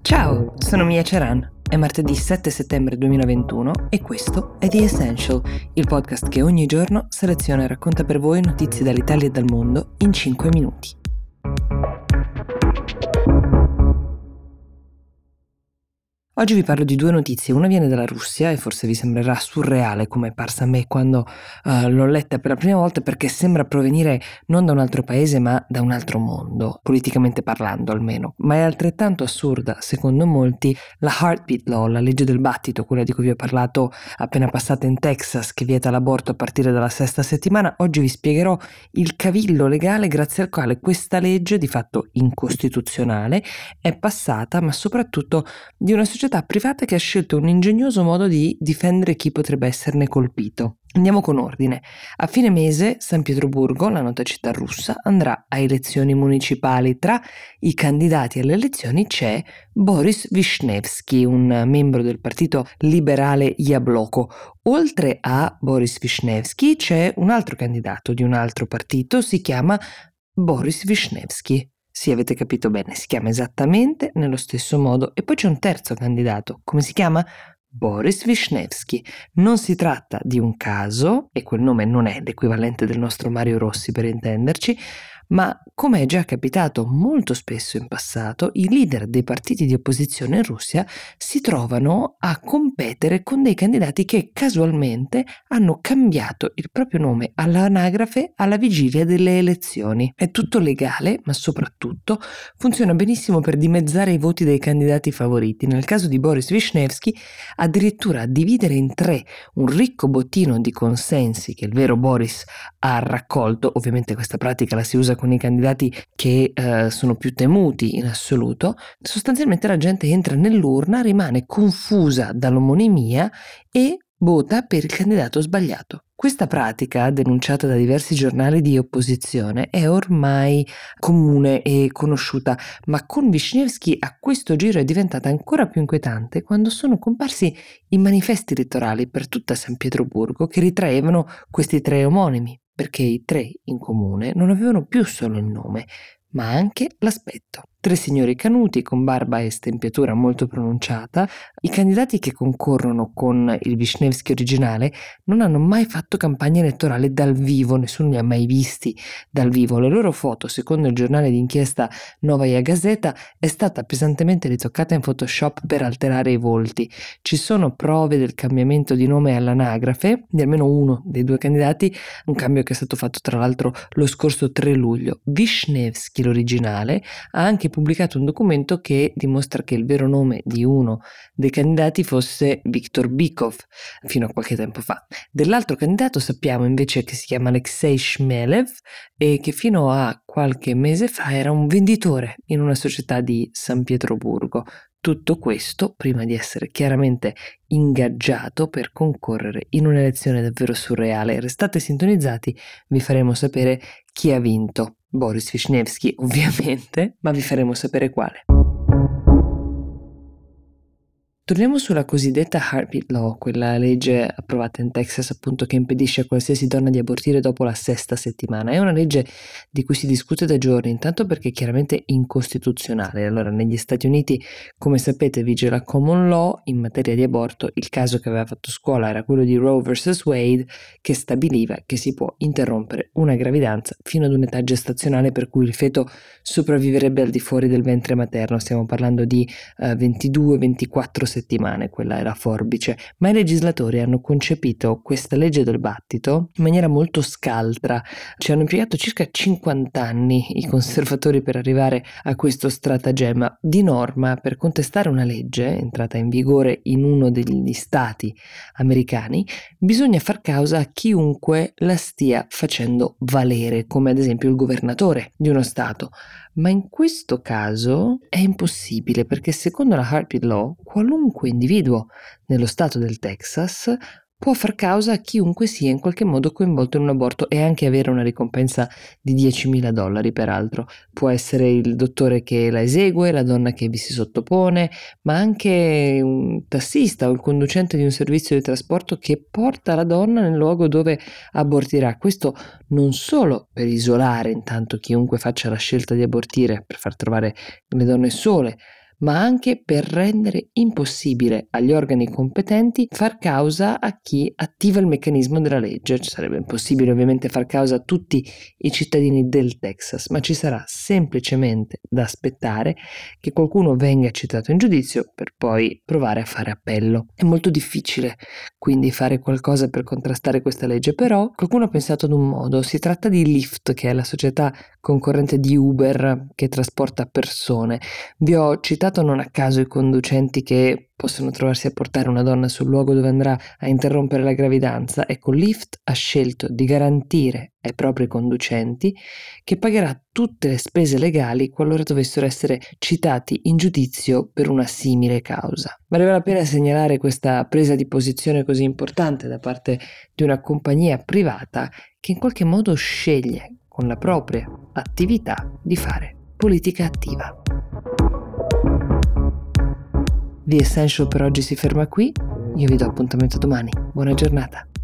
Ciao, sono Mia Ceran. È martedì 7 settembre 2021 e questo è The Essential, il podcast che ogni giorno seleziona e racconta per voi notizie dall'Italia e dal mondo in 5 minuti. Oggi vi parlo di due notizie, una viene dalla Russia e forse vi sembrerà surreale come è parsa a me quando l'ho letta per la prima volta, perché sembra provenire non da un altro paese ma da un altro mondo, politicamente parlando almeno, ma è altrettanto assurda secondo molti la Heartbeat Law, la legge del battito, quella di cui vi ho parlato appena passata in Texas, che vieta l'aborto a partire dalla 6ª settimana. Oggi vi spiegherò il cavillo legale grazie al quale questa legge, di fatto incostituzionale, è passata, ma soprattutto di una società privata che ha scelto un ingegnoso modo di difendere chi potrebbe esserne colpito. Andiamo con ordine. A fine mese San Pietroburgo, la nota città russa, andrà a elezioni municipali. Tra i candidati alle elezioni c'è Boris Vishnevsky, un membro del partito liberale Yabloko. Oltre a Boris Vishnevsky c'è un altro candidato di un altro partito, si chiama Boris Vishnevsky. Sì, avete capito bene, si chiama esattamente nello stesso modo. E poi c'è un terzo candidato, come si chiama? Boris Vishnevsky. Non si tratta di un caso, e quel nome non è l'equivalente del nostro Mario Rossi per intenderci, ma come è già capitato molto spesso in passato, i leader dei partiti di opposizione in Russia si trovano a competere con dei candidati che casualmente hanno cambiato il proprio nome all'anagrafe alla vigilia delle elezioni. È tutto legale, ma soprattutto funziona benissimo per dimezzare i voti dei candidati favoriti. Nel caso di Boris Vishnevsky, addirittura dividere in tre un ricco bottino di consensi che il vero Boris ha raccolto. Ovviamente questa pratica la si usa con i candidati che sono più temuti in assoluto. Sostanzialmente la gente entra nell'urna, rimane confusa dall'omonimia e vota per il candidato sbagliato. Questa pratica, denunciata da diversi giornali di opposizione, è ormai comune e conosciuta, ma con Vishnevsky a questo giro è diventata ancora più inquietante quando sono comparsi i manifesti elettorali per tutta San Pietroburgo che ritraevano questi tre omonimi, perché i tre in comune non avevano più solo il nome, ma anche l'aspetto. Tre signori canuti con barba e stempiatura molto pronunciata. I candidati che concorrono con il Vishnevsky originale non hanno mai fatto campagna elettorale dal vivo, nessuno li ha mai visti dal vivo. Le loro foto, secondo il giornale d'inchiesta Novaya Gazeta, è stata pesantemente ritoccata in Photoshop per alterare i volti. Ci sono prove del cambiamento di nome all'anagrafe di almeno uno dei due candidati, un cambio che è stato fatto tra l'altro lo scorso 3 luglio. Vishnevsky, l'originale, ha anche pubblicato un documento che dimostra che il vero nome di uno dei candidati fosse Viktor Bykov fino a qualche tempo fa. Dell'altro candidato sappiamo invece che si chiama Alexei Shmelev e che fino a qualche mese fa era un venditore in una società di San Pietroburgo. Tutto questo prima di essere chiaramente ingaggiato per concorrere in un'elezione davvero surreale. Restate sintonizzati, vi faremo sapere chi ha vinto. Boris Vishnevsky ovviamente, ma vi faremo sapere quale. Torniamo sulla cosiddetta Heartbeat Law, quella legge approvata in Texas appunto che impedisce a qualsiasi donna di abortire dopo la 6ª settimana. È una legge di cui si discute da giorni, intanto perché è chiaramente incostituzionale. Allora, negli Stati Uniti, come sapete, vige la common law in materia di aborto. Il caso che aveva fatto scuola era quello di Roe vs. Wade, che stabiliva che si può interrompere una gravidanza fino ad un'età gestazionale per cui il feto sopravviverebbe al di fuori del ventre materno. Stiamo parlando di 22-24 settimane, quella era forbice, ma i legislatori hanno concepito questa legge del battito in maniera molto scaltra. Ci hanno impiegato circa 50 anni i conservatori per arrivare a questo stratagemma. Di norma, per contestare una legge entrata in vigore in uno degli stati americani, bisogna far causa a chiunque la stia facendo valere, come ad esempio il governatore di uno stato. Ma in questo caso è impossibile, perché secondo la Heartbeat Law qualunque individuo nello stato del Texas può far causa a chiunque sia in qualche modo coinvolto in un aborto e anche avere una ricompensa di $10.000 peraltro. Può essere il dottore che la esegue, la donna che vi si sottopone, ma anche un tassista o il conducente di un servizio di trasporto che porta la donna nel luogo dove abortirà. Questo non solo per isolare intanto chiunque faccia la scelta di abortire, per far trovare le donne sole, ma anche per rendere impossibile agli organi competenti far causa a chi attiva il meccanismo della legge. Sarebbe impossibile ovviamente far causa a tutti i cittadini del Texas, ma ci sarà semplicemente da aspettare che qualcuno venga citato in giudizio per poi provare a fare appello. È molto difficile quindi fare qualcosa per contrastare questa legge, però qualcuno ha pensato ad un modo. Si tratta di Lyft, che è la società concorrente di Uber che trasporta persone. Vi ho citato non a caso i conducenti che possono trovarsi a portare una donna sul luogo dove andrà a interrompere la gravidanza. Ecco, Lyft ha scelto di garantire ai propri conducenti che pagherà tutte le spese legali qualora dovessero essere citati in giudizio per una simile causa. Valeva la pena segnalare questa presa di posizione così importante da parte di una compagnia privata che in qualche modo sceglie con la propria attività di fare politica attiva. The Essential per oggi si ferma qui, io vi do appuntamento domani. Buona giornata.